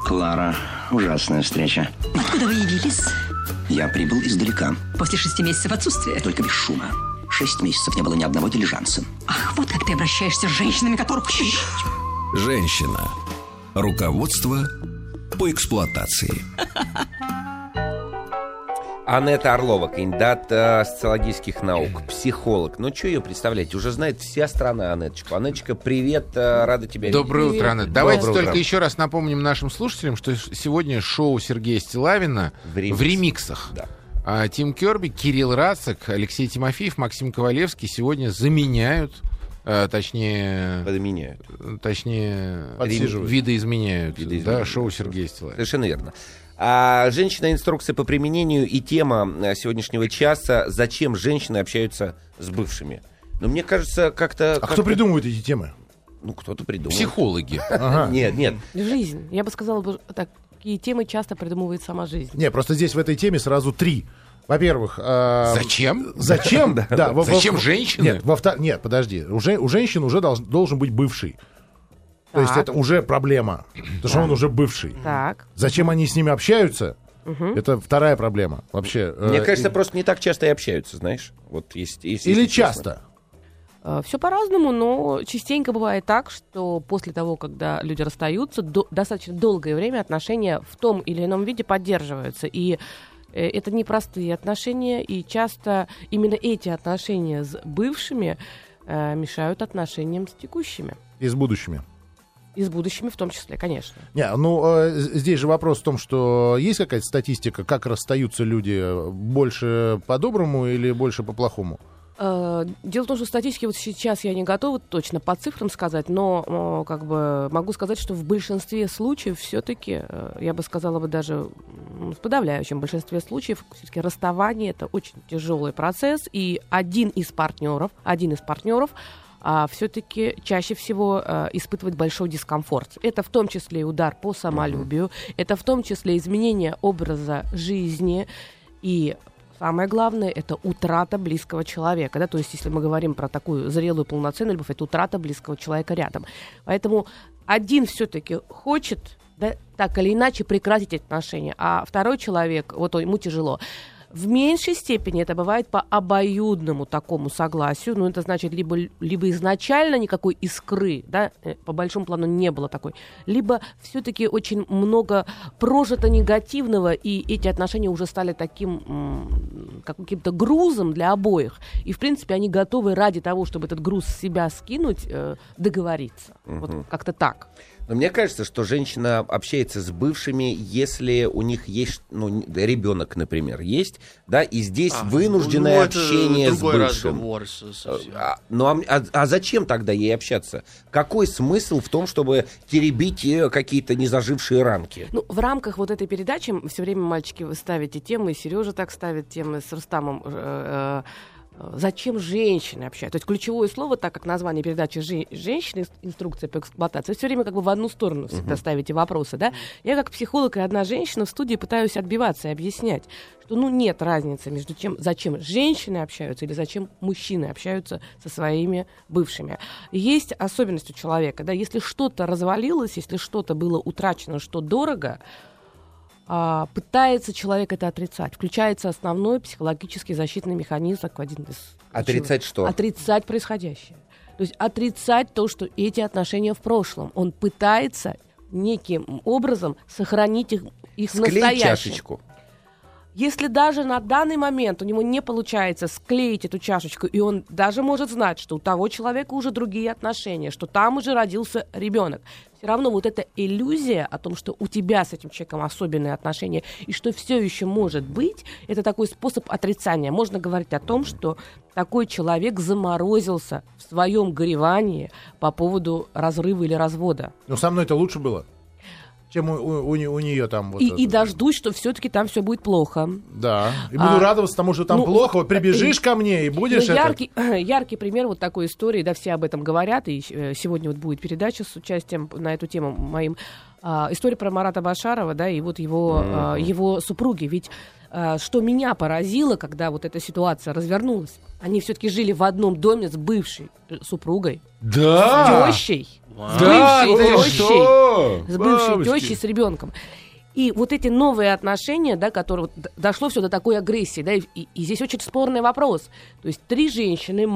Клара, ужасная встреча. Откуда вы явились? Я прибыл издалека. После 6 месяцев отсутствия? Только без шума. 6 месяцев не было ни одного дилижанса. Ах, вот как ты обращаешься с женщинами, которых... Женщина. Руководство по эксплуатации. Анетта Орлова, кандидат социологических наук, психолог. Ну, что ее представлять? Уже знает вся страна Анеточку. Анеточка, привет, рада тебя видеть. Доброе утро, Анетта. Давайте Доброе только утро. еще раз напомним нашим слушателям, что сегодня шоу Сергея Стиллавина в ремиксах. Да. Тим Керби, Кирилл Рацик, Алексей Тимофеев, Максим Ковалевский сегодня заменяют, точнее, Подсиживают. видоизменяют, да, шоу Сергея Стиллавина. Совершенно верно. Женщина, инструкция по применению и тема сегодняшнего часа: зачем женщины общаются с бывшими. Но мне кажется, как-то... Кто придумывает эти темы? Ну, кто-то придумал. Психологи. Нет. Жизнь. Я бы сказала, такие темы часто придумывает сама жизнь. Не, просто здесь в этой теме сразу 3. Во-первых... Зачем? Зачем? Да. Зачем женщины? Нет, подожди. У женщин уже должен быть бывший. То есть это уже проблема. Потому что он уже бывший. Так. Зачем они с ними общаются? Это вторая проблема. Вообще. Мне кажется, просто не так часто и общаются, знаешь. Вот если Или часто. Все по-разному, но частенько бывает так, что после того, когда люди расстаются, достаточно долгое время отношения в том или ином виде поддерживаются. И это непростые отношения, и часто именно эти отношения с бывшими мешают отношениям с текущими. И с будущими. И с будущими в том числе, конечно. Здесь же вопрос в том, что есть какая-то статистика, как расстаются люди, больше по-доброму или больше по-плохому? Дело в том, что статистики вот сейчас я не готова точно по цифрам сказать, но могу сказать, что в большинстве случаев все-таки, я бы сказала бы даже в подавляющем большинстве случаев, все-таки расставание — это очень тяжелый процесс, и один из партнеров все-таки чаще всего испытывает большой дискомфорт. Это в том числе и удар по самолюбию, это в том числе изменение образа жизни, и самое главное — это утрата близкого человека. Да? То есть, если мы говорим про такую зрелую, полноценную любовь, это утрата близкого человека рядом. Поэтому один все-таки хочет, да, так или иначе прекратить эти отношения, а второй человек, ему тяжело. В меньшей степени это бывает по обоюдному такому согласию. Это значит, либо изначально никакой искры, да, по большому плану не было такой, либо все-таки очень много прожито негативного, и эти отношения уже стали таким каким-то грузом для обоих. И, в принципе, они готовы ради того, чтобы этот груз с себя скинуть, договориться. Вот как-то так. Но мне кажется, что женщина общается с бывшими, если у них есть, ребенок, например, есть, да, и здесь вынужденное общение с бывшим. А зачем тогда ей общаться? Какой смысл в том, чтобы теребить какие-то незажившие ранки? В рамках вот этой передачи все время, мальчики, вы ставите темы, и Сережа так ставит темы с Рустамом. Зачем женщины общаются? То есть ключевое слово, так как название передачи «Женщины. Инструкция по эксплуатации», вы все время в одну сторону всегда ставите вопросы, да? Я как психолог и одна женщина в студии пытаюсь отбиваться и объяснять, что нет разницы между тем, зачем женщины общаются или зачем мужчины общаются со своими бывшими. Есть особенность у человека, да? Если что-то развалилось, если что-то было утрачено, что дорого, пытается человек это отрицать. Включается основной психологический защитный механизм, как один из... Отрицать что? Отрицать происходящее. То есть отрицать то, что эти отношения в прошлом. Он пытается неким образом сохранить их в настоящем. Склеить чашечку. Если даже на данный момент у него не получается склеить эту чашечку, и он даже может знать, что у того человека уже другие отношения, что там уже родился ребенок, все равно вот эта иллюзия о том, что у тебя с этим человеком особенные отношения, и что все еще может быть, это такой способ отрицания. Можно говорить о том, что такой человек заморозился в своем горевании по поводу разрыва или развода. Со мной-то лучше было, чем у нее там. И дождусь, что все-таки там все будет плохо. Да. И буду радоваться тому, что там плохо. Вот прибежишь ко мне и будешь яркий пример вот такой истории, да, все об этом говорят, и сегодня вот будет передача с участием на эту тему моим. История про Марата Башарова, да, и вот его супруги. Ведь что меня поразило, когда вот эта ситуация развернулась, они все-таки жили в одном доме с бывшей супругой, да! с тещей. С бывшей что? тещей. С бывшей Бабочки. тещей, с ребенком. И вот эти новые отношения, да, которые дошло все до такой агрессии, да, и здесь очень спорный вопрос. То есть 3 женщины,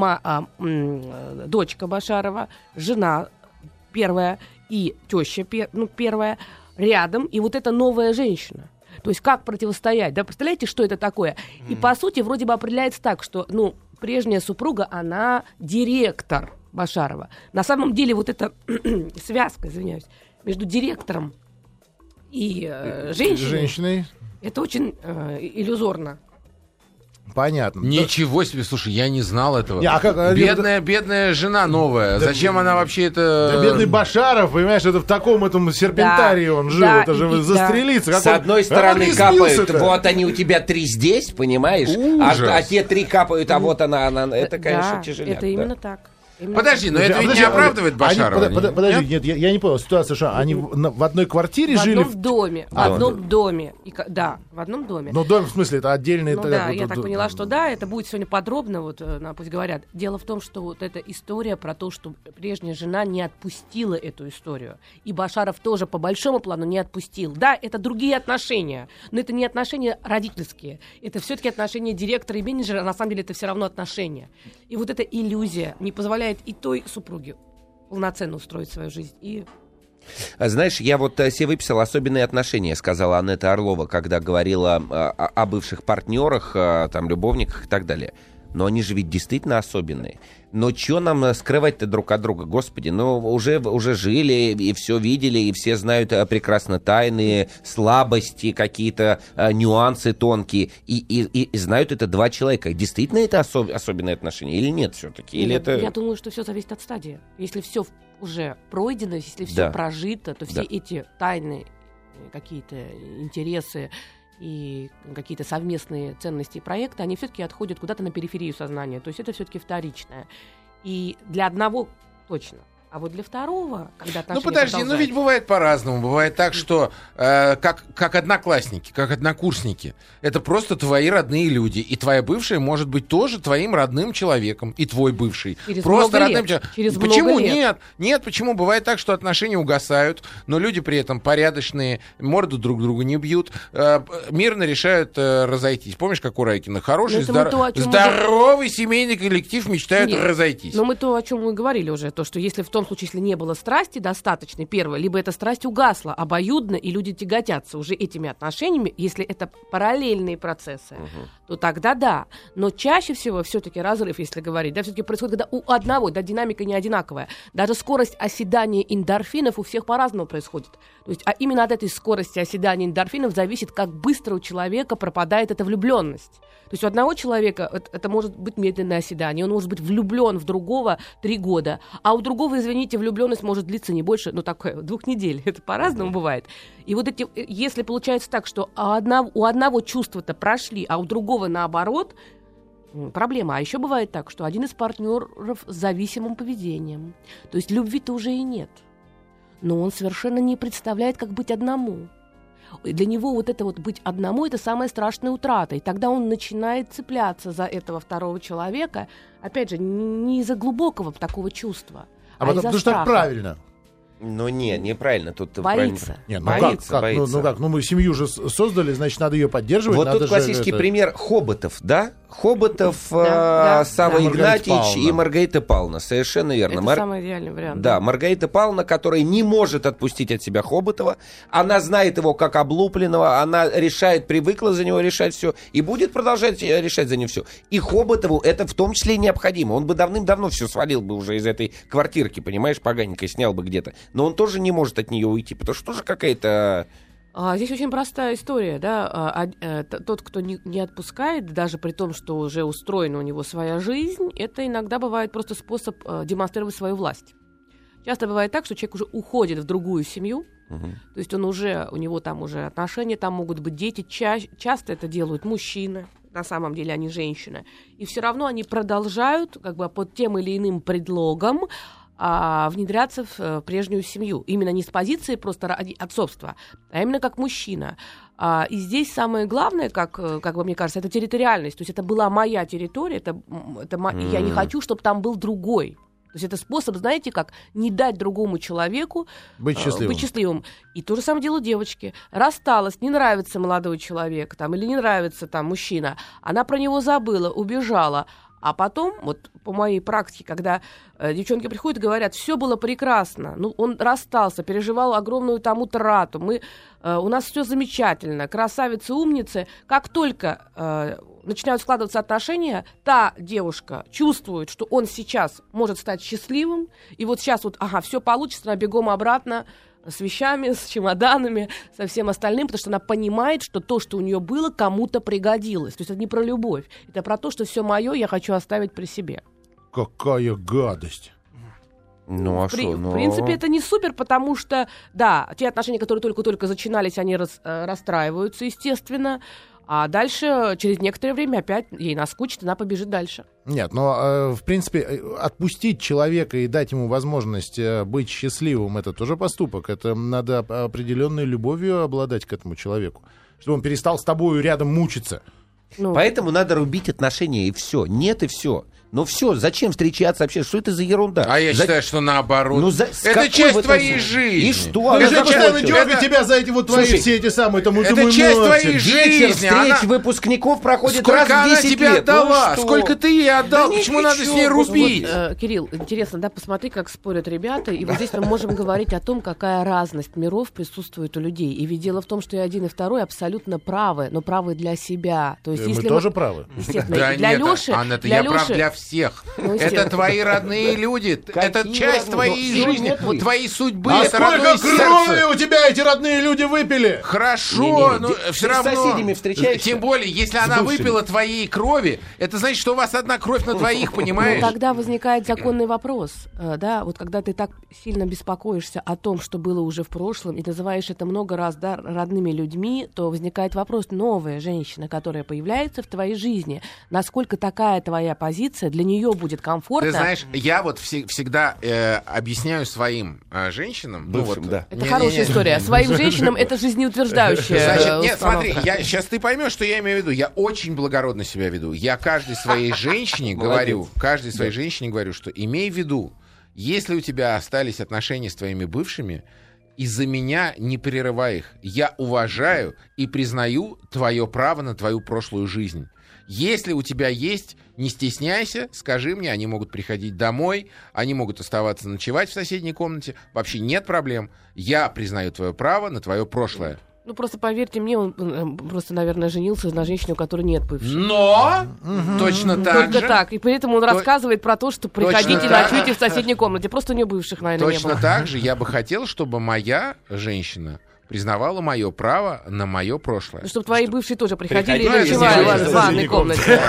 дочка Башарова, жена первая и теща первая рядом, и вот эта новая женщина. То есть как противостоять, да, представляете, что это такое? И по сути вроде бы определяется так, что, прежняя супруга, она директор Башарова. На самом деле вот эта связка, извиняюсь, между директором и женщиной, это очень иллюзорно. Понятно. Ничего себе, слушай, я не знал этого. как, Бедная жена новая. Зачем она вообще это... Да, бедный Башаров, понимаешь, это в таком этом серпентарии он жил, да, это же застрелиться. С одной стороны капают, вот они у тебя 3 здесь, понимаешь? А те 3 капают, а вот она. Это, конечно, тяжеляк. Это именно так. Подожди, но это ведь не оправдывает Башарова. Подожди, нет, я не понял. Ситуация, что они в одной квартире жили? В одном доме. Да, в одном доме. Но дом, в смысле, это отдельный... Да, я так поняла, что да, это будет сегодня подробно, пусть говорят. Дело в том, что вот эта история про то, что прежняя жена не отпустила эту историю. И Башаров тоже по большому плану не отпустил. Да, это другие отношения, но это не отношения родительские. Это все-таки отношения директора и менеджера, а на самом деле это все равно отношения. И вот эта иллюзия не позволяет и той супруге полноценно устроить свою жизнь. Знаешь, я вот себе выписал особенные отношения, сказала Анетта Орлова, когда говорила о бывших партнерах, там, любовниках и так далее. Но они же ведь действительно особенные. Но что нам скрывать-то друг от друга, господи? Уже жили, и все видели, и все знают прекрасно тайны, слабости, какие-то нюансы тонкие. И знают это 2 человека. Действительно это особенные отношения или нет все-таки? Я думаю, что все зависит от стадии. Если все уже пройдено, если все прожито, то все эти тайны, какие-то интересы и какие-то совместные ценности и проекты, они все-таки отходят куда-то на периферию сознания. То есть это все-таки вторичное. И для одного точно. А вот для второго, когда отношения подожди, ведь бывает по-разному. Бывает так, что как одноклассники, как однокурсники, это просто твои родные люди. И твоя бывшая может быть тоже твоим родным человеком. И твой бывший. Через просто много родным лет. человеком. Почему нет? Нет, почему? Бывает так, что отношения угасают, но люди при этом порядочные, морду друг другу не бьют, мирно решают разойтись. Помнишь, как у Райкина? Хороший, здоровый семейный коллектив мечтают разойтись. Но мы то, о чем мы говорили уже, то, что если в том случае, если не было страсти достаточной, первое, либо эта страсть угасла обоюдно, и люди тяготятся уже этими отношениями, если это параллельные процессы, то тогда да. Но чаще всего все-таки разрыв, если говорить, да, все-таки происходит, когда у одного, да, динамика не одинаковая. Даже скорость оседания эндорфинов у всех по-разному происходит. То есть, а именно от этой скорости оседания эндорфинов зависит, как быстро у человека пропадает эта влюбленность. То есть у одного человека это может быть медленное оседание, он может быть влюблен в другого 3 года, а у другого, извините, влюбленность может длиться не больше, 2 недель. Это по-разному бывает. И вот если получается так, что у одного чувства-то прошли, а у другого наоборот, проблема. А еще бывает так, что один из партнеров с зависимым поведением. То есть любви-то уже и нет. Но он совершенно не представляет, как быть одному. Для него вот это вот быть одному — это самая страшная утрата. И тогда он начинает цепляться за этого второго человека, опять же, не из-за глубокого такого чувства, а из-за потому что страха. так правильно. Неправильно. Тут боится. Нет, боится. Мы семью же создали, значит, надо ее поддерживать. Вот надо тут классический пример Хоботов, да? Хоботов, Да, Савва да. Игнатьевич и Маргарита Павловна. Совершенно верно. Это самый идеальный вариант. Да, Маргарита Павловна, которая не может отпустить от себя Хоботова, она знает его как облупленного, она привыкла за него решать все и будет продолжать решать за него все. И Хоботову это в том числе необходимо. Он бы давным-давно все свалил бы уже из этой квартирки, понимаешь, поганенькой, снял бы где-то. Но он тоже не может от нее уйти, потому что тоже какая-то... Здесь очень простая история, да. Тот, кто не отпускает, даже при том, что уже устроена у него своя жизнь, это иногда бывает просто способ демонстрировать свою власть. Часто бывает так, что человек уже уходит в другую семью, то есть у него там уже отношения, там могут быть дети. Часто это делают мужчины, на самом деле они женщины. И все равно они продолжают как бы под тем или иным предлогом внедряться в прежнюю семью. Именно не с позиции просто отцовства, а именно как мужчина. И здесь самое главное, как бы мне кажется, это территориальность. То есть это была моя территория, я не хочу, чтобы там был другой. То есть это способ, знаете, как не дать другому человеку Быть счастливым. И то же самое дело девочки. Рассталась, не нравится молодой человек там, или не нравится там мужчина. Она про него забыла, убежала. А потом, вот по моей практике, когда девчонки приходят и говорят, все было прекрасно, ну, он расстался, переживал огромную там утрату, у нас все замечательно, красавицы, умницы. Как только начинают складываться отношения, та девушка чувствует, что он сейчас может стать счастливым, и вот сейчас вот, все получится, она бегом обратно с вещами, с чемоданами, со всем остальным, потому что она понимает, что то, что у нее было, кому-то пригодилось. То есть это не про любовь, это про то, что все мое я хочу оставить при себе. Какая гадость. Ну, а что? В принципе, это не супер, потому что, да, те отношения, которые только-только начинались, они расстраиваются, естественно. А дальше, через некоторое время, опять ей наскучит, она побежит дальше. Нет, но, в принципе, отпустить человека и дать ему возможность быть счастливым, это тоже поступок. Это надо определенной любовью обладать к этому человеку, чтобы он перестал с тобой рядом мучиться. Поэтому надо рубить отношения, и все. Нет, и все. Ну все, зачем встречаться вообще? Что это за ерунда? А я считаю, что наоборот. Это часть твоей жизни. И что? Это же постоянно дергает тебя за эти вот твои все эти самые... Это часть твоей жизни. Вечер встреч выпускников проходит сколько раз в 10 она тебе лет. отдала? Сколько ты ей отдал? Почему надо с ней рубить? Кирилл, интересно, да, посмотри, как спорят ребята. И вот здесь мы можем говорить о том, какая разность миров присутствует у людей. И ведь дело в том, что и один, и второй абсолютно правы, но правы для себя. То есть, мы тоже правы. Естественно, Да для нет, Лёши... Анна, я прав для всех. Это твои родные люди. Это часть твоей жизни, твоей судьбы. А это родное сколько крови сердце. у тебя эти родные люди выпили? Хорошо, но ты все с равно. соседями встречаешься? Тем более, если она выпила твоей крови, это значит, что у вас одна кровь на двоих, понимаешь? Ну, тогда возникает законный вопрос, да, вот когда ты так сильно беспокоишься о том, что было уже в прошлом, и называешь это много раз, да, родными людьми, то возникает вопрос, новая женщина, которая появляется в твоей жизни, насколько такая твоя позиция для нее будет комфортна. Ты знаешь, я вот всегда объясняю своим женщинам... Бывшим, да. Это хорошая история. Своим женщинам это жизнеутверждающая Значит, нет, установка. смотри, сейчас ты поймешь, что я имею в виду. Я очень благородно себя веду. Я каждой своей женщине говорю, что имей в виду, если у тебя остались отношения с твоими бывшими, из-за меня не прерывай их. Я уважаю и признаю твое право на твою прошлую жизнь. Если у тебя есть, не стесняйся, скажи мне, они могут приходить домой, они могут оставаться ночевать в соседней комнате. Вообще нет проблем. Я признаю твое право на твое прошлое. Ну, просто поверьте мне, он просто, наверное, женился на женщине, у которой нет бывших. Но точно так Только же. так. И поэтому он рассказывает про то, что приходите, ночуйте в соседней комнате. Просто у нее бывших, наверное, не было. Точно так же я бы хотел, чтобы моя женщина признавала мое право на мое прошлое. Чтобы твои бывшие тоже приходили и Приходили, ночевали сидели в ванной комнате.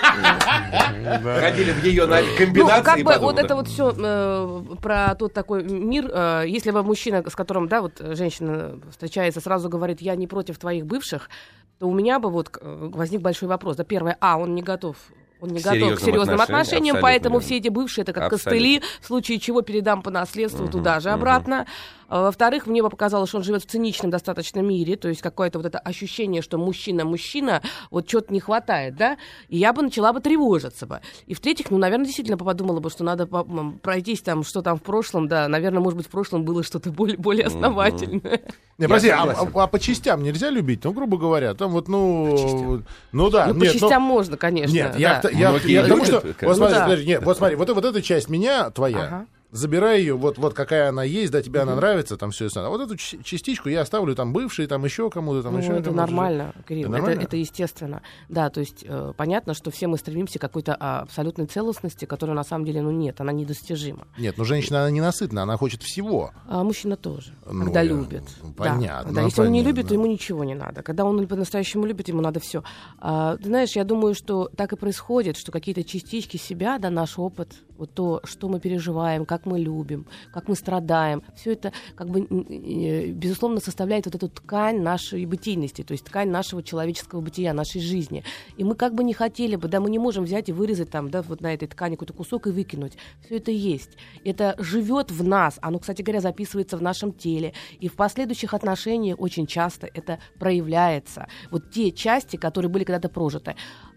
Ходили в ее Ну, комбинации. как и бы потом, вот да. это вот все про тот такой мир, если вы мужчина, с которым, да, вот женщина встречается, сразу говорит, я не против твоих бывших, то у меня бы вот возник большой вопрос. Да, первое, он не готов. Он не готов к серьезным отношениям, поэтому все эти бывшие это как костыли, в случае чего передам по наследству туда же обратно. Во-вторых, мне бы показалось, что он живет в циничном достаточно мире, то есть какое-то вот это ощущение, что мужчина, вот чего-то не хватает, да, и я бы начала бы тревожиться бы. И в-третьих, наверное, действительно подумала бы, что надо пройтись там, что там в прошлом, да, наверное, может быть, в прошлом было что-то более основательное. Не, подожди, а по частям нельзя любить? Ну, грубо говоря, там вот, ну да. Ну, по частям можно, конечно. Нет, да. я думаю, что... Вот смотри, да. подожди, нет, вот смотри, вот эта часть меня твоя, забирай ее, вот какая она есть, да, тебе она нравится, там все это. А вот эту частичку я оставлю там бывшие, там еще кому-то, там еще. Это нормально, Кирилл, нормально? Это естественно. Да, то есть понятно, что все мы стремимся к какой-то абсолютной целостности, которая на самом деле, нет, она недостижима. Нет, но женщина, она ненасытна, она хочет всего. А мужчина тоже, Ну, когда любит. понятно, Да, если он не понятно. любит, то ему ничего не надо. Когда он по-настоящему любит, ему надо все. Ты знаешь, я думаю, что так и происходит, что какие-то частички себя, да, наш опыт, вот то, что мы переживаем, как мы любим, как мы страдаем, все это, как бы, безусловно, составляет вот эту ткань нашей бытийности, то есть ткань нашего человеческого бытия, нашей жизни. И мы как бы не хотели бы, да, мы не можем взять и вырезать там, да, вот на этой ткани какой-то кусок и выкинуть. Все это есть. Это живет в нас. Оно, кстати говоря, записывается в нашем теле. И в последующих отношениях очень часто это проявляется. Вот те части, которые были когда-то прожиты.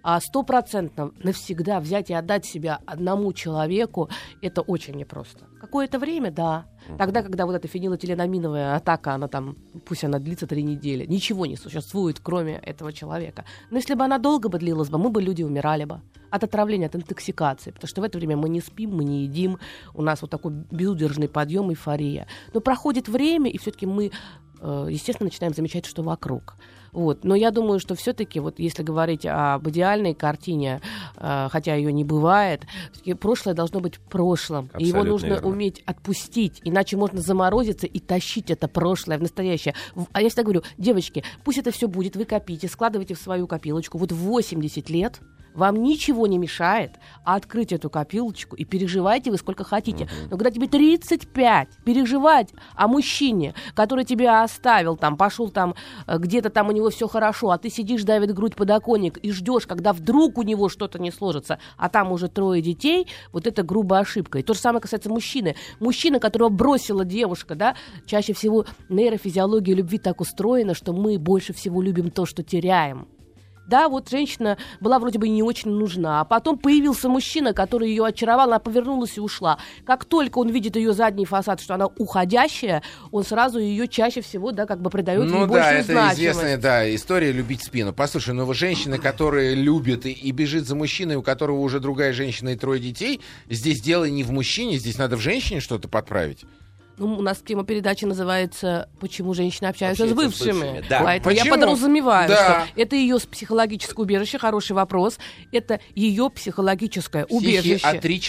А 100% навсегда взять и отдать себя одному человеку, это очень непросто. Какое-то время, да. Тогда, когда вот эта фенилэтиленаминовая атака, она там, пусть она длится 3 недели, ничего не существует, кроме этого человека. Но если бы она долго бы длилась бы, мы бы, люди, умирали бы от отравления, от интоксикации, потому что в это время мы не спим, мы не едим, у нас вот такой безудержный подъем, эйфория. Но проходит время, и все-таки мы, естественно, начинаем замечать, что вокруг. Вот. Но я думаю, что все-таки, вот если говорить об идеальной картине, хотя ее не бывает, прошлое должно быть прошлым. И его нужно уметь отпустить, иначе можно заморозиться и тащить это прошлое в настоящее. А я всегда говорю, девочки, пусть это все будет, вы копите, складывайте в свою копилочку. Вот в 80 лет вам ничего не мешает открыть эту копилочку и переживайте вы сколько хотите. Но когда тебе 35, переживать о мужчине, который тебя оставил, там, пошел там, где-то там у него все хорошо, а ты сидишь, давит грудь подоконник и ждешь, когда вдруг у него что-то не сложится, а там уже 3 детей, вот это грубая ошибка. И то же самое касается мужчины. Мужчина, которого бросила девушка, да, чаще всего нейрофизиология любви так устроена, что мы больше всего любим то, что теряем. Да, вот женщина была вроде бы не очень нужна, а потом появился мужчина, который ее очаровал, она повернулась и ушла. Как только он видит ее задний фасад, что она уходящая, он сразу ее чаще всего, да, как бы придает ей большую значимость. Ну да, это известная, да, история любить спину. Послушай, ну женщины, которые любят и бежит за мужчиной, у которого уже другая женщина и 3 детей, здесь дело не в мужчине, здесь надо в женщине что-то подправить. Ну, у нас тема передачи называется «Почему женщины общаются с бывшими?». Да. Поэтому я подразумеваю, что это ее психологическое убежище, хороший вопрос, это ее психологическое убежище.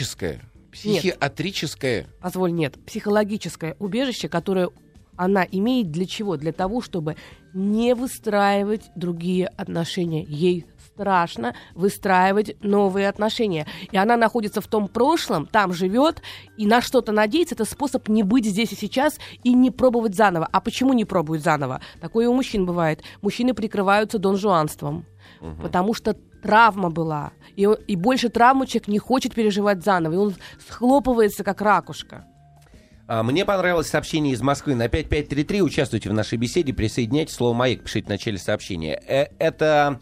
Психиатрическое. Позволь, нет. Психологическое убежище, которое она имеет для чего? Для того, чтобы не выстраивать другие отношения. Ей страшно выстраивать новые отношения. И она находится в том прошлом, там живет, и на что-то надеется. Это способ не быть здесь и сейчас и не пробовать заново. А почему не пробуют заново? Такое и у мужчин бывает. Мужчины прикрываются донжуанством, потому что травма была. И больше травму человек не хочет переживать заново. И он схлопывается, как ракушка. Мне понравилось сообщение из Москвы на 5533. Участвуйте в нашей беседе, присоединяйтесь. Слово «Маяк» пишите в начале сообщения. Это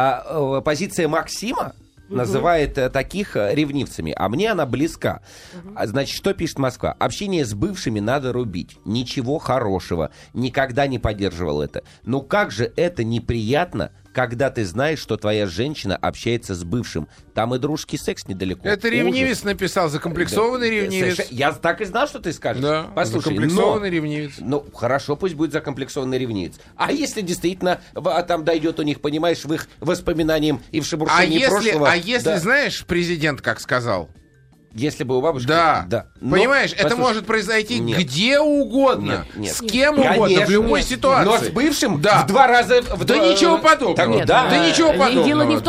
позиция Максима называет таких ревнивцами, а мне она близка. Значит, что пишет Москва? Общение с бывшими надо рубить. Ничего хорошего. Никогда не поддерживал это. Но как же это неприятно, когда ты знаешь, что твоя женщина общается с бывшим. Там и дружеский секс недалеко. Это ревнивец написал, закомплексованный ревнивец. Я так и знал, что ты скажешь. Да, послушай, закомплексованный ревнивец. Ну, хорошо, пусть будет закомплексованный ревнивец. А если действительно там дойдет у них, понимаешь, в их воспоминаниям и в шебуршении прошлого... А если, знаешь, президент как сказал? Если бы у бабушки... Да. Понимаешь, это может произойти где угодно, с кем угодно, в любой ситуации. Но с бывшим в 2 раза... Да ничего подобного. Да ничего подобного.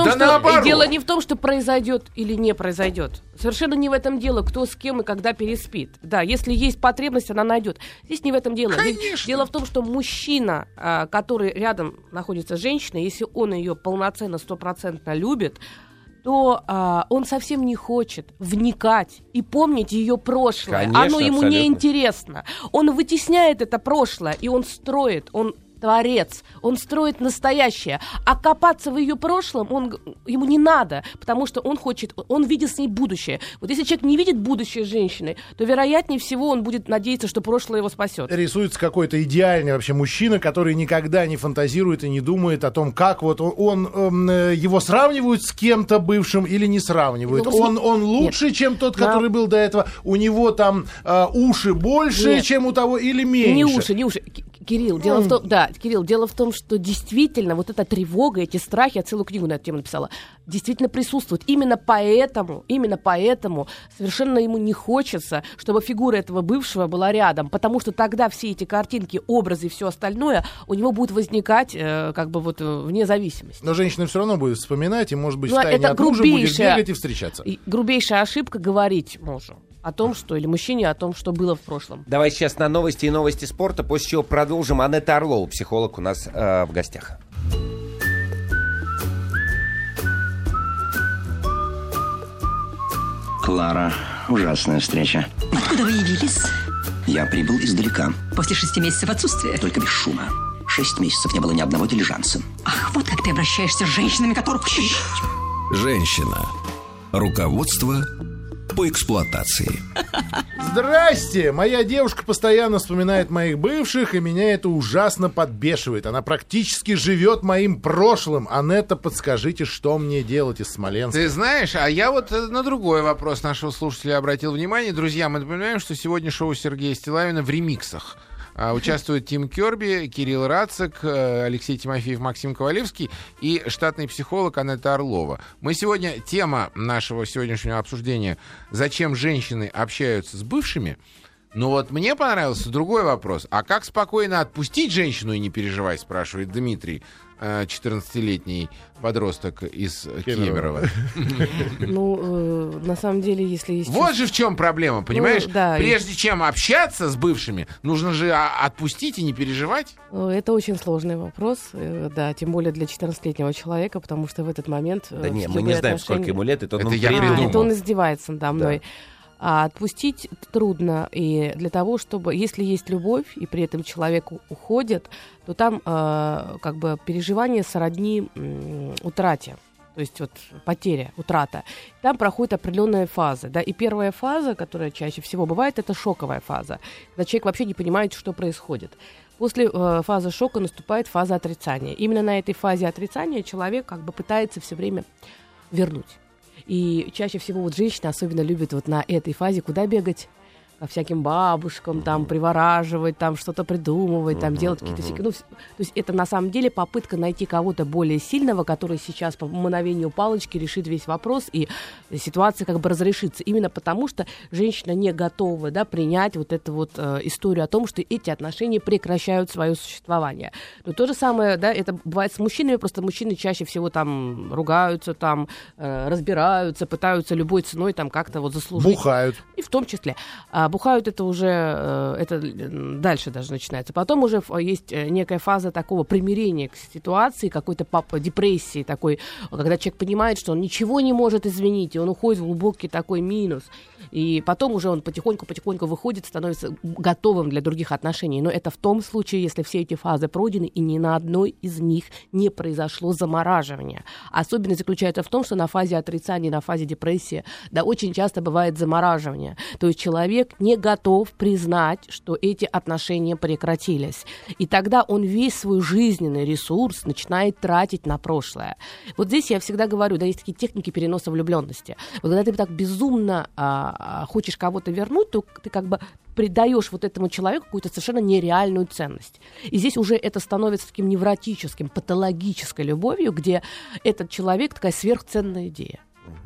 Дело не в том, что произойдет или не произойдет. Совершенно не в этом дело, кто с кем и когда переспит. Да, если есть потребность, она найдет. Здесь не в этом дело. Здесь дело в том, что мужчина, который рядом находится с женщиной, если он ее полноценно, 100% любит, то он совсем не хочет вникать и помнить ее прошлое. Конечно, оно ему абсолютно не интересно. Он вытесняет это прошлое, и он строит, он творец, он строит настоящее. А копаться в ее прошлом ему не надо, потому что он видит с ней будущее. Вот если человек не видит будущее женщины, то, вероятнее всего, он будет надеяться, что прошлое его спасет. Рисуется какой-то идеальный вообще мужчина, который никогда не фантазирует и не думает о том, как вот его сравнивают с кем-то бывшим или не сравнивают. Он лучше, чем тот, который был до этого. У него там уши больше, чем у того, или меньше. Не уши. Кирилл, дело в том, что действительно вот эта тревога, эти страхи, я целую книгу на эту тему написала, действительно присутствуют. Именно поэтому совершенно ему не хочется, чтобы фигура этого бывшего была рядом, потому что тогда все эти картинки, образы и все остальное у него будет возникать вне зависимости. Но женщина все равно будет вспоминать, и, может быть, втайне от мужа будет бегать и встречаться. Грубейшая ошибка говорить мужу о том, что, или мужчине о том, что было в прошлом. Давай сейчас на новости и новости спорта, после чего продолжим. Анетта Орлова, психолог, у нас в гостях. Клара, ужасная встреча. Откуда вы явились? Я прибыл издалека. После 6 месяцев отсутствия? Только без шума. 6 месяцев не было ни одного дилижанса. Ах, вот как ты обращаешься с женщинами, которых... Женщина. Руководство по эксплуатации. Здрасте! Моя девушка постоянно вспоминает моих бывших, и меня это ужасно подбешивает. Она практически живет моим прошлым. Анетта, подскажите, что мне делать из Смоленска? Ты знаешь, а я вот на другой вопрос нашего слушателя обратил внимание. Друзья, мы напоминаем, что сегодня шоу Сергея Стиллавина в ремиксах. Участвуют Тим Керби, Кирилл Рацик, Алексей Тимофеев, Максим Ковалевский и штатный психолог Анетта Орлова. Тема нашего сегодняшнего обсуждения «Зачем женщины общаются с бывшими?». Но вот мне понравился другой вопрос. А как спокойно отпустить женщину и не переживай, спрашивает Дмитрий, 14-летний подросток из Кемерово. Ну, на самом деле, если есть... Вот же в чем проблема, понимаешь? Ну, да, Прежде чем общаться с бывшими, нужно же отпустить и не переживать. Это очень сложный вопрос, да, тем более для 14-летнего человека, потому что в этот момент... Да нет, мы не знаем, сколько ему лет, это я придумал. Это он издевается надо мной. А отпустить трудно, и для того, чтобы, если есть любовь, и при этом человек уходит, то там как бы переживание сродни утрате. То есть вот потеря, утрата. Там проходит определенная фаза. Да? И первая фаза, которая чаще всего бывает, это шоковая фаза. Когда человек вообще не понимает, что происходит. После фазы шока наступает фаза отрицания. Именно на этой фазе отрицания человек как бы пытается все время вернуть. И чаще всего вот женщины особенно любят вот на этой фазе куда бегать? Ко всяким бабушкам, там, привораживать, там, что-то придумывать, там, делать какие-то всякие... Ну, то есть это на самом деле попытка найти кого-то более сильного, который сейчас по мановению палочки решит весь вопрос, и ситуация как бы разрешится. Именно потому, что женщина не готова, да, принять вот эту вот историю о том, что эти отношения прекращают свое существование. Но то же самое, да, это бывает с мужчинами, просто мужчины чаще всего там ругаются, там, разбираются, пытаются любой ценой там как-то вот заслужить. Бухают. И в том числе. Бухают это уже, это дальше даже начинается. Потом уже есть некая фаза такого примирения к ситуации, какой-то депрессии такой, когда человек понимает, что он ничего не может изменить, и он уходит в глубокий такой минус. И потом уже он потихоньку выходит, становится готовым для других отношений. Но это в том случае, если все эти фазы пройдены, и ни на одной из них не произошло замораживание. Особенность заключается в том, что на фазе отрицания, на фазе депрессии, да, очень часто бывает замораживание. То есть человек не готов признать, что эти отношения прекратились. И тогда он весь свой жизненный ресурс начинает тратить на прошлое. Вот здесь я всегда говорю, да, есть такие техники переноса влюбленности. Вот когда ты так безумно хочешь кого-то вернуть, то ты как бы придаешь вот этому человеку какую-то совершенно нереальную ценность. И здесь уже это становится таким невротическим, патологической любовью, где этот человек такая сверхценная идея.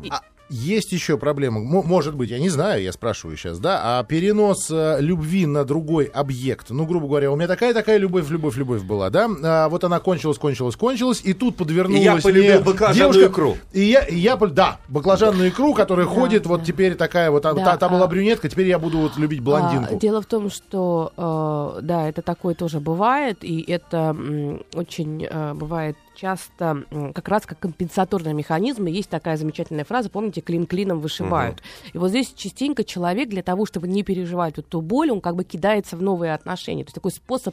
Есть еще проблема, может быть, я не знаю, я спрашиваю сейчас, да, а перенос любви на другой объект, ну, грубо говоря, у меня такая любовь была, да, вот она кончилась, и тут подвернулась я полюбил баклажанную икру. Да, баклажанную икру, которая ходит, вот теперь такая вот, та была брюнетка, теперь я буду вот любить блондинку. Дело в том, что, да, это такое тоже бывает, и это очень бывает часто как раз как компенсаторный механизм. И есть такая замечательная фраза, помните, клин клином вышибают. И вот здесь частенько человек для того, чтобы не переживать вот ту боль, он как бы кидается в новые отношения. То есть такой способ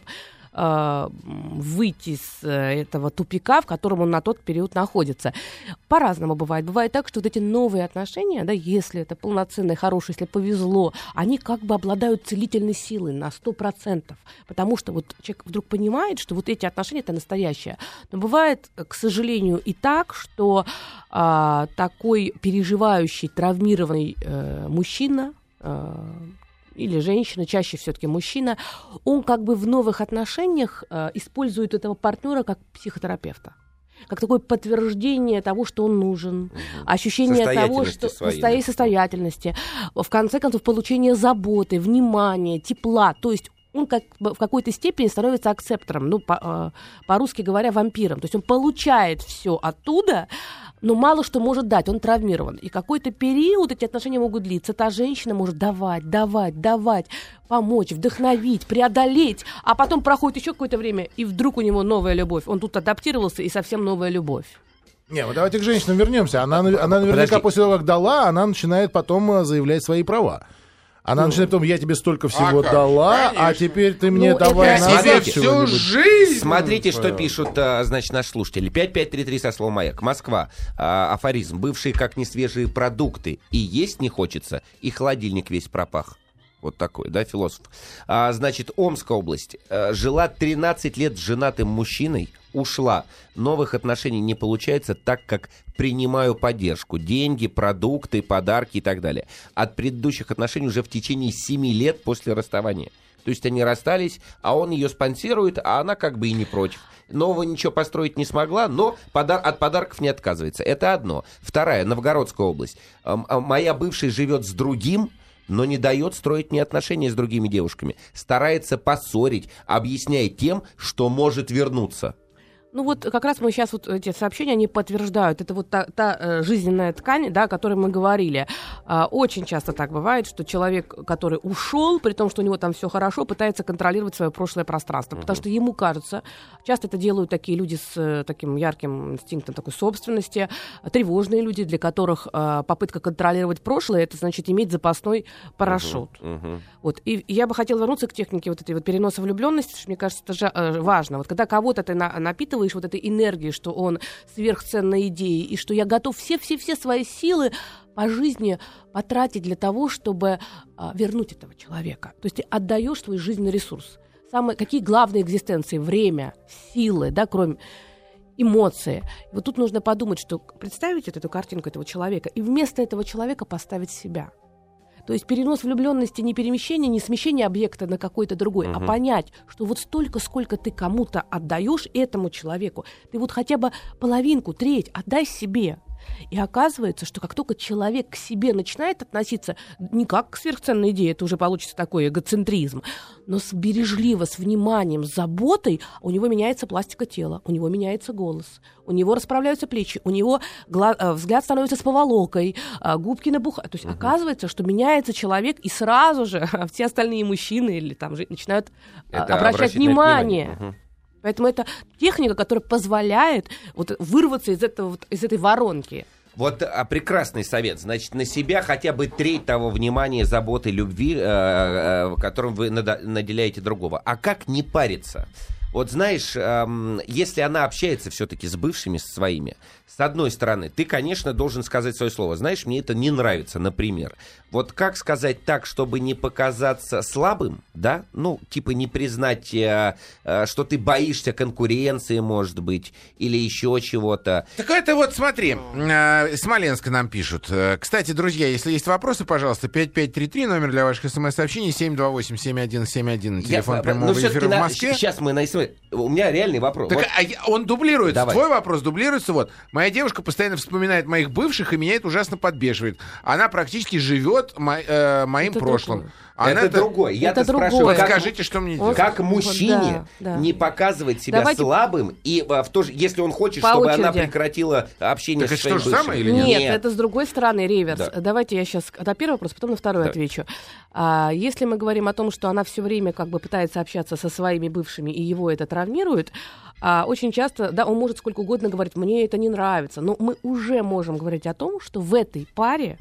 выйти из этого тупика, в котором он на тот период находится. По-разному бывает. Бывает так, что вот эти новые отношения, да, если это полноценные, хорошие, если повезло, они как бы обладают целительной силой на 100%. Потому что вот человек вдруг понимает, что вот эти отношения — это настоящее. Но бывает, к сожалению, и так, что такой переживающий, травмированный мужчина, или женщина, чаще все-таки мужчина, он как бы в новых отношениях использует этого партнера как психотерапевта. Как такое подтверждение того, что он нужен, ощущение того, что своей состоятельности, в конце концов, получение заботы, внимания, тепла. То есть он как бы в какой-то степени становится акцептором, ну, по-русски говоря, вампиром. То есть он получает все оттуда, но мало что может дать, он травмирован. И какой-то период эти отношения могут длиться. Та женщина может давать, помочь, вдохновить, преодолеть, а потом проходит еще какое-то время, и вдруг у него новая любовь. Он тут адаптировался, и совсем новая любовь. Не, вот давайте к женщинам вернемся. Она наверняка после того, как дала, она начинает потом заявлять свои права. Она начинает потом, я тебе столько всего дала, конечно. А теперь ты мне давай это назад всю чего-нибудь. жизнь. Смотрите, что пишут, значит, наши слушатели. 5533 со словом «Маяк». Москва. Афоризм. Бывшие как несвежие продукты. И есть не хочется, и холодильник весь пропах. Вот такой, да, философ. Значит, Омская область. Жила 13 лет с женатым мужчиной, ушла. Новых отношений не получается, так как принимаю поддержку. Деньги, продукты, подарки и так далее. От предыдущих отношений уже в течение 7 лет после расставания. То есть они расстались, а он ее спонсирует, а она как бы и не против. Нового ничего построить не смогла, но от подарков не отказывается. Это одно. Вторая, Новгородская область. Моя бывшая живет с другим, но не дает строить мне отношения с другими девушками. Старается поссорить, объясняя тем, что может вернуться. Ну вот как раз мы сейчас вот эти сообщения, они подтверждают. Это вот та жизненная ткань, да, о которой мы говорили. Очень часто так бывает, что человек, который ушел, при том, что у него там все хорошо, пытается контролировать свое прошлое пространство. Потому что ему кажется, часто это делают такие люди с таким ярким инстинктом такой собственности, тревожные люди, для которых попытка контролировать прошлое, это значит иметь запасной парашют. Вот. И я бы хотела вернуться к технике вот этой вот переноса влюбленности, потому что, мне кажется, это важно. Вот когда кого-то ты напитываешь вот этой энергией, что он сверхценной идеей, и что я готов все свои силы по жизни потратить для того, чтобы вернуть этого человека. То есть ты отдаешь свой жизненный ресурс. Какие главные экзистенции? Время, силы, да, кроме эмоции. И вот тут нужно подумать, что представить эту картинку этого человека и вместо этого человека поставить себя. То есть перенос влюбленности не перемещение, не смещение объекта на какой-то другой, а понять, что вот столько, сколько ты кому-то отдаешь этому человеку, ты вот хотя бы половинку, треть отдай себе. И оказывается, что как только человек к себе начинает относиться не как к сверхценной идее, это уже получится такой эгоцентризм, но бережливо, с вниманием, с заботой, у него меняется пластика тела, у него меняется голос, у него расправляются плечи, у него взгляд становится с поволокой, губки набухают. То есть оказывается, что меняется человек, и сразу же все остальные мужчины или там начинают обращать внимание. Поэтому это техника, которая позволяет вот вырваться из этой воронки. Вот прекрасный совет. Значит, на себя хотя бы треть того внимания, заботы, любви, которым вы наделяете другого. А как не париться? Вот знаешь, если она общается все-таки с бывшими своими, с одной стороны, ты, конечно, должен сказать свое слово. Знаешь, мне это не нравится, например. Вот как сказать так, чтобы не показаться слабым, да? Ну, типа не признать, что ты боишься конкуренции, может быть, или еще чего-то. Так это вот, смотри, Смоленска нам пишут. Кстати, друзья, если есть вопросы, пожалуйста, 5533, номер для ваших смс-сообщений, 728-7171, телефон прямого эфира в Москве. Сейчас мы у меня реальный вопрос. Так, вот. Он дублируется. Давай. Твой вопрос дублируется. Вот. Моя девушка постоянно вспоминает моих бывших, и меня это ужасно подбешивает. Она практически живет моим прошлым. Это другое. Я-то спрашиваю, скажите, что мне делать? Как мужчине не показывать себя слабым, и если он хочет, чтобы она прекратила общение со своим бывшим. Так это то же самое или нет? Нет, это с другой стороны реверс. Да. Давайте я сейчас на первый вопрос, потом на второй отвечу. Если мы говорим о том, что она все время как бы пытается общаться со своими бывшими, и его это травмирует, очень часто, да, он может сколько угодно говорить, мне это не нравится, но мы уже можем говорить о том, что в этой паре,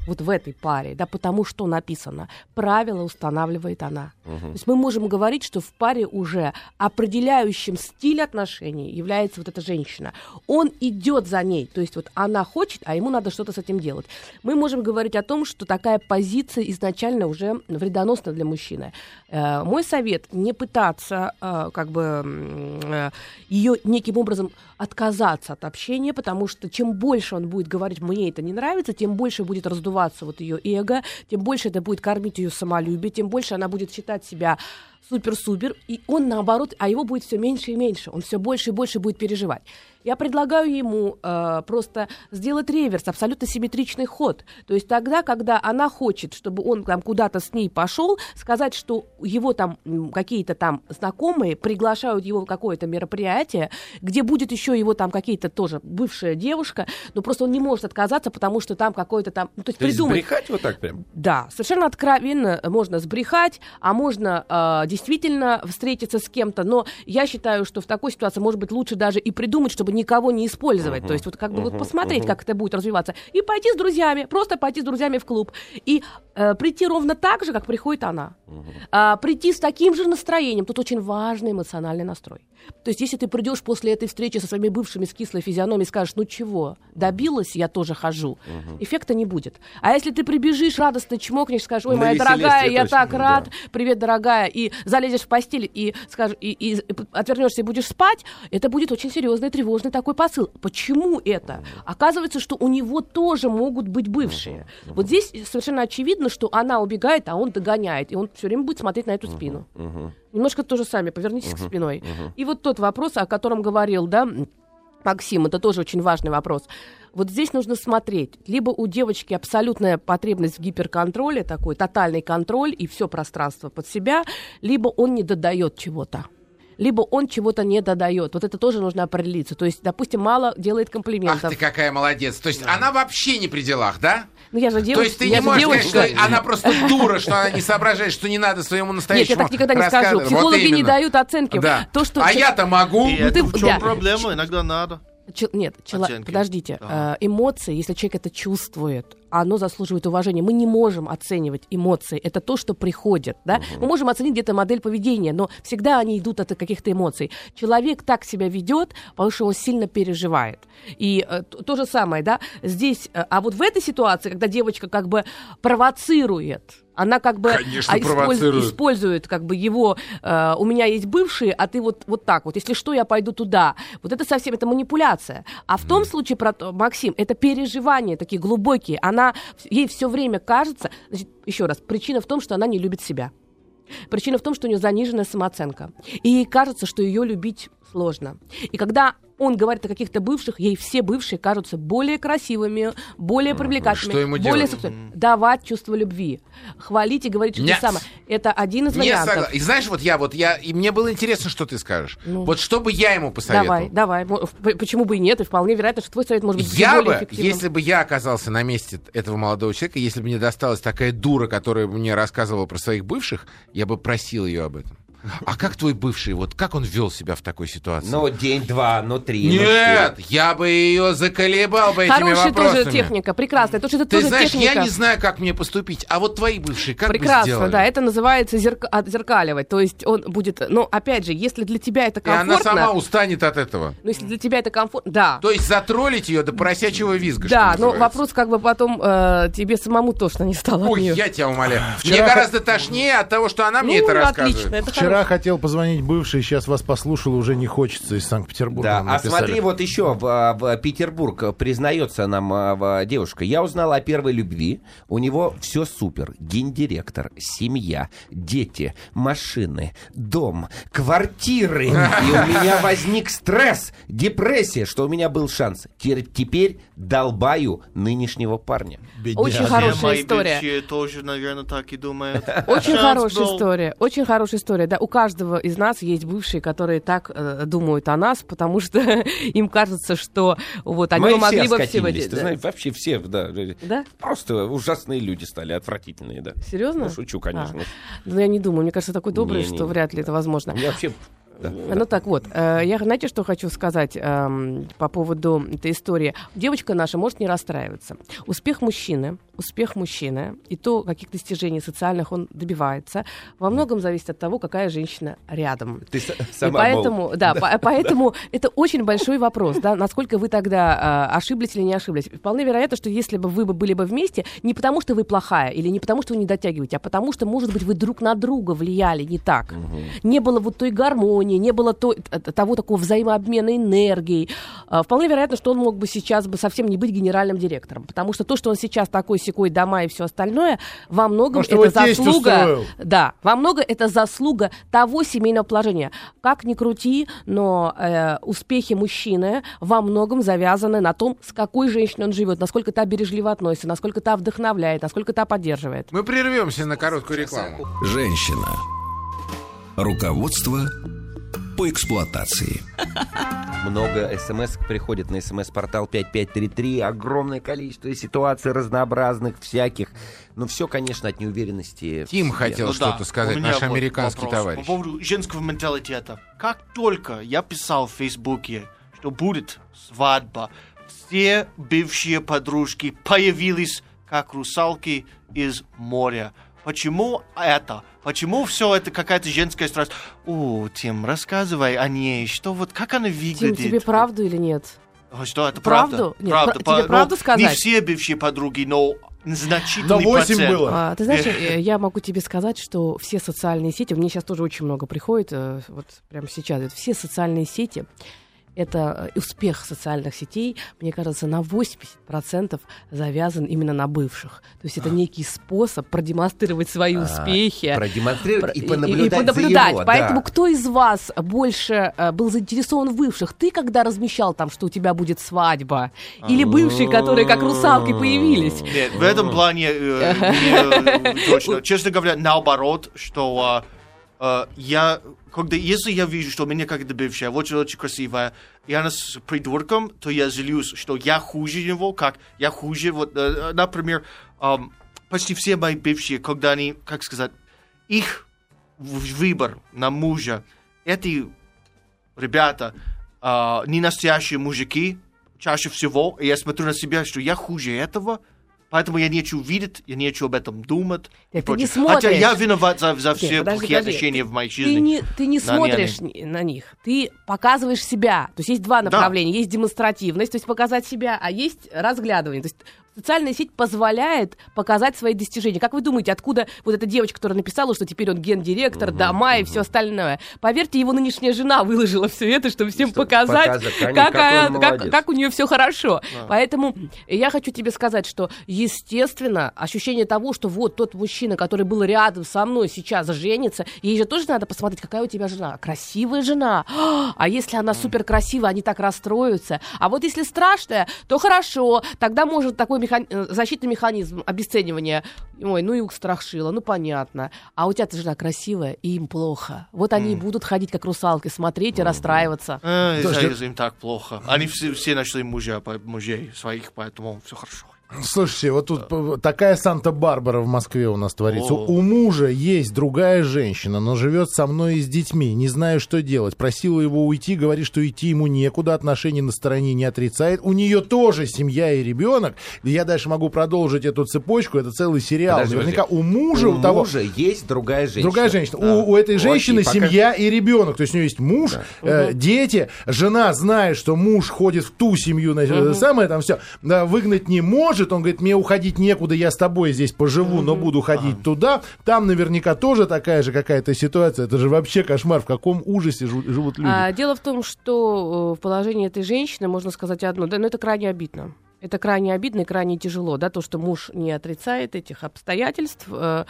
да, потому что написано, правила устанавливает она. То есть мы можем говорить, что в паре уже определяющим стиль отношений является вот эта женщина. Он идет за ней, то есть вот она хочет, а ему надо что-то с этим делать. Мы можем говорить о том, что такая позиция изначально уже вредоносна для мужчины. Мой совет — не пытаться ее неким образом отказаться от общения, потому что чем больше он будет говорить «мне это не нравится», тем больше будет раздуваться вот ее эго, тем больше это будет кормить ее самолюбие, тем больше она будет считать себя супер-супер, и он, наоборот, его будет все меньше и меньше, он все больше и больше будет переживать. Я предлагаю ему просто сделать реверс, абсолютно симметричный ход. То есть тогда, когда она хочет, чтобы он там куда-то с ней пошел, сказать, что его там какие-то там знакомые приглашают его в какое-то мероприятие, где будет еще его там какие-то тоже бывшая девушка, но просто он не может отказаться, потому что там какой-то там... Ну, то есть придумать... сбрехать вот так прям? Да, совершенно откровенно можно сбрехать, а можно действительно встретиться с кем-то, но я считаю, что в такой ситуации, может быть, лучше даже и придумать, чтобы никого не использовать. То есть вот как бы вот посмотреть, как это будет развиваться. И пойти с друзьями, просто пойти с друзьями в клуб. И прийти ровно так же, как приходит она. Прийти с таким же настроением. Тут очень важный эмоциональный настрой. То есть если ты придешь после этой встречи со своими бывшими с кислой физиономией и скажешь, ну чего, добилась, я тоже хожу, эффекта не будет. А если ты прибежишь, радостно чмокнешь, скажешь, ой, моя дорогая, я так рад, привет, дорогая, и залезешь в постель, и скажешь, и отвернешься и будешь спать, это будет очень серьезный, тревожный такой посыл. Почему это? Оказывается, что у него тоже могут быть бывшие. Вот здесь совершенно очевидно, что она убегает, а он догоняет, и он все время будет смотреть на эту спину. Немножко то же самое, повернитесь к спиной. И вот тот вопрос, о котором говорил, да, Максим, это тоже очень важный вопрос. Вот здесь нужно смотреть. Либо у девочки абсолютная потребность в гиперконтроле, такой тотальный контроль и все пространство под себя, либо он не додает чего-то. Либо он чего-то не додает. Вот это тоже нужно определиться. То есть, допустим, мало делает комплиментов. Ах ты какая молодец. То есть она вообще не при делах, да? Ну, я же девушка. То есть ты не можешь сказать, что она просто дура, что она не соображает, что не надо своему настоящему. Нет, я так никогда не скажу. Психологи не дают оценки. Да. То, что... А я-то могу. И это в чем проблема? Иногда надо. Подождите. Эмоции, если человек это чувствует, оно заслуживает уважения. Мы не можем оценивать эмоции. Это то, что приходит. Да? Мы можем оценить где-то модель поведения, но всегда они идут от каких-то эмоций. Человек так себя ведет, потому что он сильно переживает. И то же самое, да, здесь. А вот в этой ситуации, когда девочка как бы провоцирует, она как бы использует как бы его, у меня есть бывшие, а ты вот так вот, если что, я пойду туда. Вот это совсем, это манипуляция. А в том случае, Максим, это переживания такие глубокие. Ей все время кажется, значит, еще раз, причина в том, что она не любит себя. Причина в том, что у нее заниженная самооценка. И ей кажется, что ее любить сложно. И когда он говорит о каких-то бывших, ей все бывшие кажутся более красивыми, более привлекательными, более сексуальными. Давать чувство любви. Хвалить и говорить, что ты сама. Это один из вариантов. И знаешь, и мне было интересно, что ты скажешь. Вот что бы я ему посоветовал. Давай. Почему бы и нет? И вполне вероятно, что твой совет может быть более эффективным. Если бы я оказался на месте этого молодого человека, если бы мне досталась такая дура, которая мне рассказывала про своих бывших, я бы просил ее об этом. А как твой бывший, вот как он вел себя в такой ситуации? Ну, день, два, ну, три. Нет, я бы ее заколебал бы этими вопросами. Хорошая тоже техника, прекрасная. Ты знаешь, я не знаю, как мне поступить, а вот твои бывшие как бы сделали? Прекрасно, да, это называется отзеркаливать. То есть он будет, опять же, если для тебя это комфортно... И она сама устанет от этого. Ну, если для тебя это комфортно, да. То есть затроллить ее до поросячьего визга, да, но вопрос как бы потом тебе самому тошно не стало. Ой, я тебя умоляю. Мне гораздо тошнее от того, что она мне это рассказывает. Отлично, это Вчера хотел позвонить бывший, сейчас вас послушал, уже не хочется, из Санкт-Петербурга. Да, смотри, вот еще в Петербург признается нам девушка. Я узнала о первой любви. У него все супер. Гендиректор, семья, дети, машины, дом, квартиры. И у меня возник стресс, депрессия, что у меня был шанс. Теперь долбаю нынешнего парня. Очень хорошая история. Мои тоже, наверное, так и думают. Очень хорошая история. Очень хорошая история. Да, у каждого из нас есть бывшие, которые так думают о нас, потому что им кажется, что вот они могли бы все выделить. Ты знаешь, вообще все, да. Просто ужасные люди стали, отвратительные, да. Серьезно? Ну, шучу, конечно. Ну, я не думаю. Мне кажется, такой добрый, что вряд ли это возможно. Я вообще... Да. Ну так вот, я, знаете, что хочу сказать по поводу этой истории? Девочка наша может не расстраиваться. Успех мужчины, и то, каких достижений социальных он добивается, во многом зависит от того, какая женщина рядом. Ты сама поэтому, поэтому это очень большой вопрос, да, насколько вы тогда ошиблись или не ошиблись. Вполне вероятно, что если бы вы были бы вместе, не потому что вы плохая, или не потому что вы не дотягиваете, а потому что, может быть, вы друг на друга влияли не так. Не было вот той гармонии, не было того такого взаимообмена энергией. Вполне вероятно, что он мог бы сейчас совсем не быть генеральным директором, потому что то, что он сейчас такой-сякой дома и все остальное, во многом это заслуга... Да, во многом это заслуга того семейного положения. Как ни крути, но успехи мужчины во многом завязаны на том, с какой женщиной он живет, насколько та бережливо относится, насколько та вдохновляет, насколько та поддерживает. Мы прервемся на короткую рекламу. Женщина. Руководство по эксплуатации. Много смс приходит на смс-портал 5533. Огромное количество ситуаций разнообразных, всяких. Но все, конечно, от неуверенности. Тим хотел что-то сказать, наш американский товарищ. По поводу женского менталитета. Как только я писал в Фейсбуке, что будет свадьба, все бывшие подружки появились как русалки из моря. Почему это? Почему все это какая-то женская страсть? Тим, рассказывай о ней. Что вот, как она выглядит? Тим, тебе правду или нет? Что это правду? Правда? Нет, правда. тебе правду сказать? Не все бывшие подруги, но значительный но 8 процент. было. Ты знаешь, я могу тебе сказать, что все социальные сети, мне сейчас тоже очень много приходит, вот прямо сейчас, все социальные сети, это успех социальных сетей, мне кажется, на 80% завязан именно на бывших. То есть это некий способ продемонстрировать свои успехи. Продемонстрировать и понаблюдать за его. Поэтому кто из вас больше был заинтересован в бывших? Ты, когда размещал там, что у тебя будет свадьба? Или бывшие, которые как русалки появились? Нет, в этом плане точно. Честно говоря, наоборот, что... если я вижу, что у меня какая-то бывшая очень красивая, и она с придурком, то я злюсь, что я хуже него, например, почти все мои бывшие, когда они, как сказать, их выбор на мужа, эти ребята не настоящие мужики, чаще всего, и я смотрю на себя, что я хуже этого, поэтому я не хочу видеть, я не хочу об этом думать. Ты не смотришь. Хотя я виноват за все плохие отношения в моей жизни. Ты не смотришь на них, ты показываешь себя. То есть есть два направления. Есть демонстративность, то есть показать себя, а есть разглядывание. То есть социальная сеть позволяет показать свои достижения. Как вы думаете, откуда вот эта девочка, которая написала, что теперь он гендиректор, дома и все остальное? Поверьте, его нынешняя жена выложила все это, чтобы всем показать, как у нее все хорошо. Поэтому я хочу тебе сказать, что, естественно, ощущение того, что вот тот мужчина, который был рядом со мной, сейчас женится, ей же тоже надо посмотреть, какая у тебя жена. Красивая жена. А если она супер красивая, они так расстроятся. А вот если страшная, то хорошо. Тогда может такой защитный механизм обесценивания. Ой, ну их страшила, ну понятно. А у тебя-то жена красивая, и им плохо. Вот они и будут ходить как русалки, смотреть и расстраиваться. Им так плохо. Они все нашли мужей своих, поэтому все хорошо. Слушайте, вот тут такая Санта-Барбара в Москве у нас творится. У мужа есть другая женщина, но живет со мной и с детьми. Не знаю, что делать. Просила его уйти, говорит, что идти ему некуда, отношения на стороне не отрицает. У нее тоже семья и ребенок. Я дальше могу продолжить эту цепочку. Это целый сериал. Наверняка у мужа есть другая женщина. Другая женщина. Да. У этой женщины семья и ребенок. То есть у нее есть муж, дети. Жена знает, что муж ходит в ту семью, самое там все. Выгнать не может. Он говорит, мне уходить некуда, я с тобой здесь поживу, но буду ходить туда. Там наверняка тоже такая же какая-то ситуация. Это же вообще кошмар. В каком ужасе живут люди. Дело в том, что в положении этой женщины можно сказать одно. Да, но это крайне обидно. Это крайне обидно и крайне тяжело. Да, то, что муж не отрицает этих обстоятельств.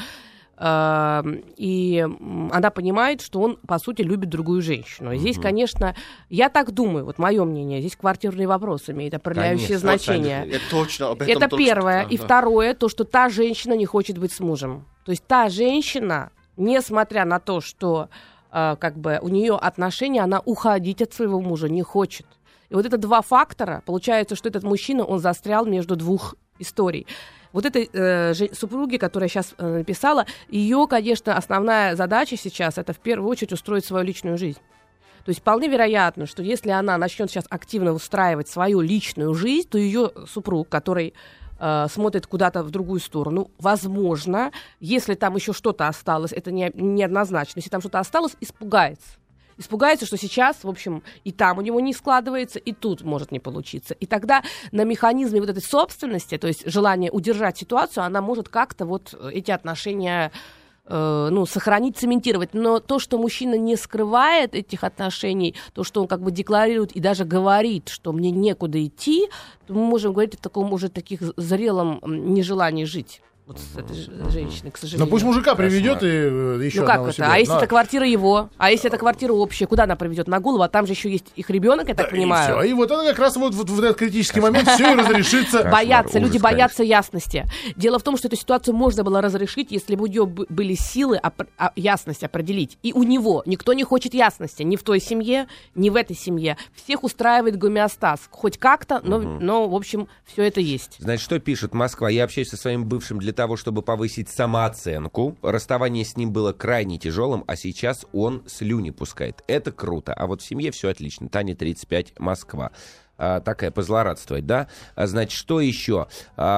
И она понимает, что он, по сути, любит другую женщину. И здесь, конечно, я так думаю, вот мое мнение, здесь квартирный вопрос имеет определяющее значение. Это первое. И второе, то, что та женщина не хочет быть с мужем. То есть та женщина, несмотря на то, что у нее отношения, она уходить от своего мужа не хочет. И вот это два фактора. Получается, что этот мужчина, он застрял между двух историй. Вот этой супруге, которая сейчас написала, ее, конечно, основная задача сейчас — это в первую очередь устроить свою личную жизнь. То есть вполне вероятно, что если она начнет сейчас активно устраивать свою личную жизнь, то ее супруг, который смотрит куда-то в другую сторону, возможно, если там еще что-то осталось, это неоднозначно, если там что-то осталось, испугается. Испугается, что сейчас, в общем, и там у него не складывается, и тут может не получиться. И тогда на механизме вот этой собственности, то есть желание удержать ситуацию, она может как-то вот эти отношения сохранить, цементировать. Но то, что мужчина не скрывает этих отношений, то, что он как бы декларирует и даже говорит, что мне некуда идти, то мы можем говорить о таком уже таких зрелом нежелании жить. Вот с этой женщиной, к сожалению. Ну пусть мужика приведет и еще одного себе. А если это квартира его? А если это квартира общая? Куда она приведет? На голову? А там же еще есть их ребенок, я так понимаю. И вот это как раз вот в этот критический момент все и разрешится. Люди боятся ясности. Дело в том, что эту ситуацию можно было разрешить, если бы у нее были силы ясность определить. И у него никто не хочет ясности. Ни в той семье, ни в этой семье. Всех устраивает гомеостаз. Хоть как-то, но в общем, все это есть. Значит, что пишет Москва? Я общаюсь со своим бывшим для того, чтобы повысить самооценку. Расставание с ним было крайне тяжелым, а сейчас он слюни пускает. Это круто. А вот в семье все отлично. Таня, 35, Москва. Такая, позлорадствовать, да? Значит, что еще?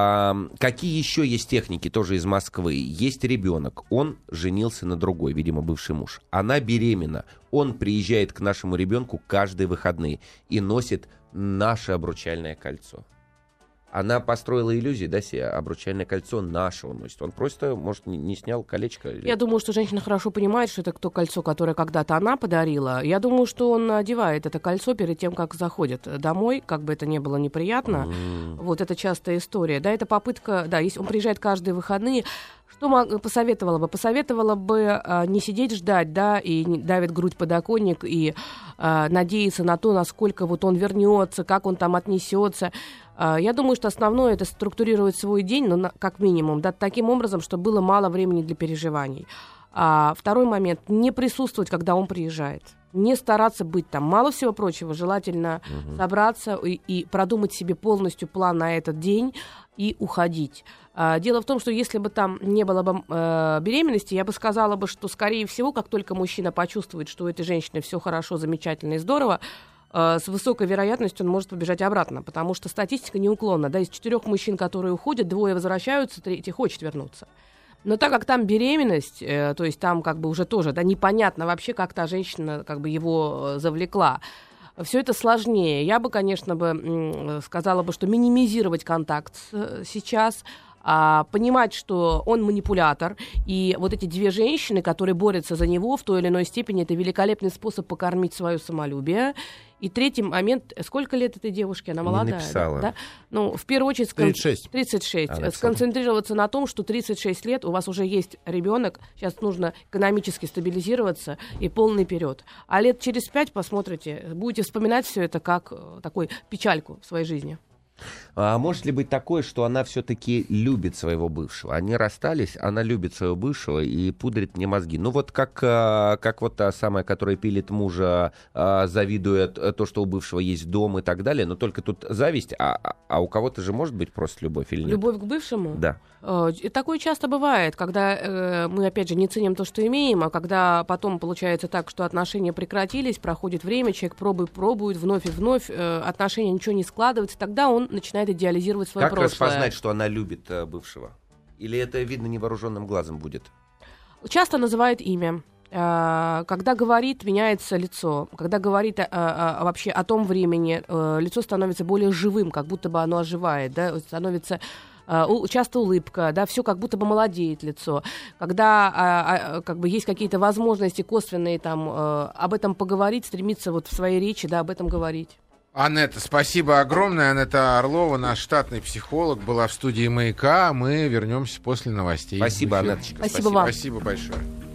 Какие еще есть техники, тоже из Москвы? Есть ребенок, он женился на другой, видимо, бывший муж. Она беременна, он приезжает к нашему ребенку каждые выходные и носит наше обручальное кольцо. Она построила иллюзию, да, себе обручальное кольцо наше он носит. Он просто, может, не снял колечко. Я думаю, что женщина хорошо понимает, что это то кольцо, которое когда-то она подарила. Я думаю, что он надевает это кольцо перед тем, как заходит домой, как бы это ни было неприятно. Вот это частая история. Да, это попытка, да, если он приезжает каждые выходные, что посоветовала бы? Посоветовала бы не сидеть ждать, да, и давит грудь подоконник, и надеяться на то, насколько вот он вернется, как он там отнесется. Я думаю, что основное — это структурировать свой день, ну, как минимум, да, таким образом, чтобы было мало времени для переживаний. Второй момент — не присутствовать, когда он приезжает. Не стараться быть там. Мало всего прочего, желательно собраться и продумать себе полностью план на этот день и уходить. Дело в том, что если бы там не было бы беременности, я бы сказала бы, что, скорее всего, как только мужчина почувствует, что у этой женщины все хорошо, замечательно и здорово, с высокой вероятностью он может побежать обратно, потому что статистика неуклонна. Да, из 4 мужчин, которые уходят, 2 возвращаются, 3 хочет вернуться. Но так как там беременность, то есть там как бы уже тоже, да, непонятно вообще, как та женщина как бы его завлекла. Все это сложнее. Я бы, конечно, сказала бы, что минимизировать контакт сейчас, понимать, что он манипулятор, и вот эти 2 женщины, которые борются за него в той или иной степени, это великолепный способ покормить свое самолюбие. И третий момент, сколько лет этой девушке? Она молодая. Не написала. Да? Ну, в первую очередь... 36. Сконцентрироваться на том, что 36 лет, у вас уже есть ребенок, сейчас нужно экономически стабилизироваться и полный вперед. А лет через 5 посмотрите, будете вспоминать все это как такую печальку в своей жизни. А может ли быть такое, что она все-таки любит своего бывшего? Они расстались, она любит своего бывшего и пудрит мне мозги. Ну вот как вот та самая, которая пилит мужа, завидуя то, что у бывшего есть дом и так далее. Но только тут зависть, а у кого-то же может быть просто любовь или нет? Любовь к бывшему? Да. Такое часто бывает, когда мы, опять же, не ценим то, что имеем, а когда потом получается так, что отношения прекратились, проходит время, человек пробует, вновь и вновь, отношения ничего не складывается, тогда он начинает идеализировать свое прошлое. Как распознать, что она любит бывшего? Или это видно невооруженным глазом будет? Часто называют имя. Когда говорит, меняется лицо. Когда говорит вообще о том времени, лицо становится более живым, как будто бы оно оживает, да, становится... часто улыбка, да, все как будто бы молодеет лицо. Когда как бы есть какие-то возможности косвенные там об этом поговорить, стремиться вот в своей речи, да, об этом говорить. Анетта, спасибо огромное. Анетта Орлова, наш штатный психолог, была в студии «Маяка». Мы вернемся после новостей. Спасибо, Анетточка. Спасибо вам. Спасибо большое.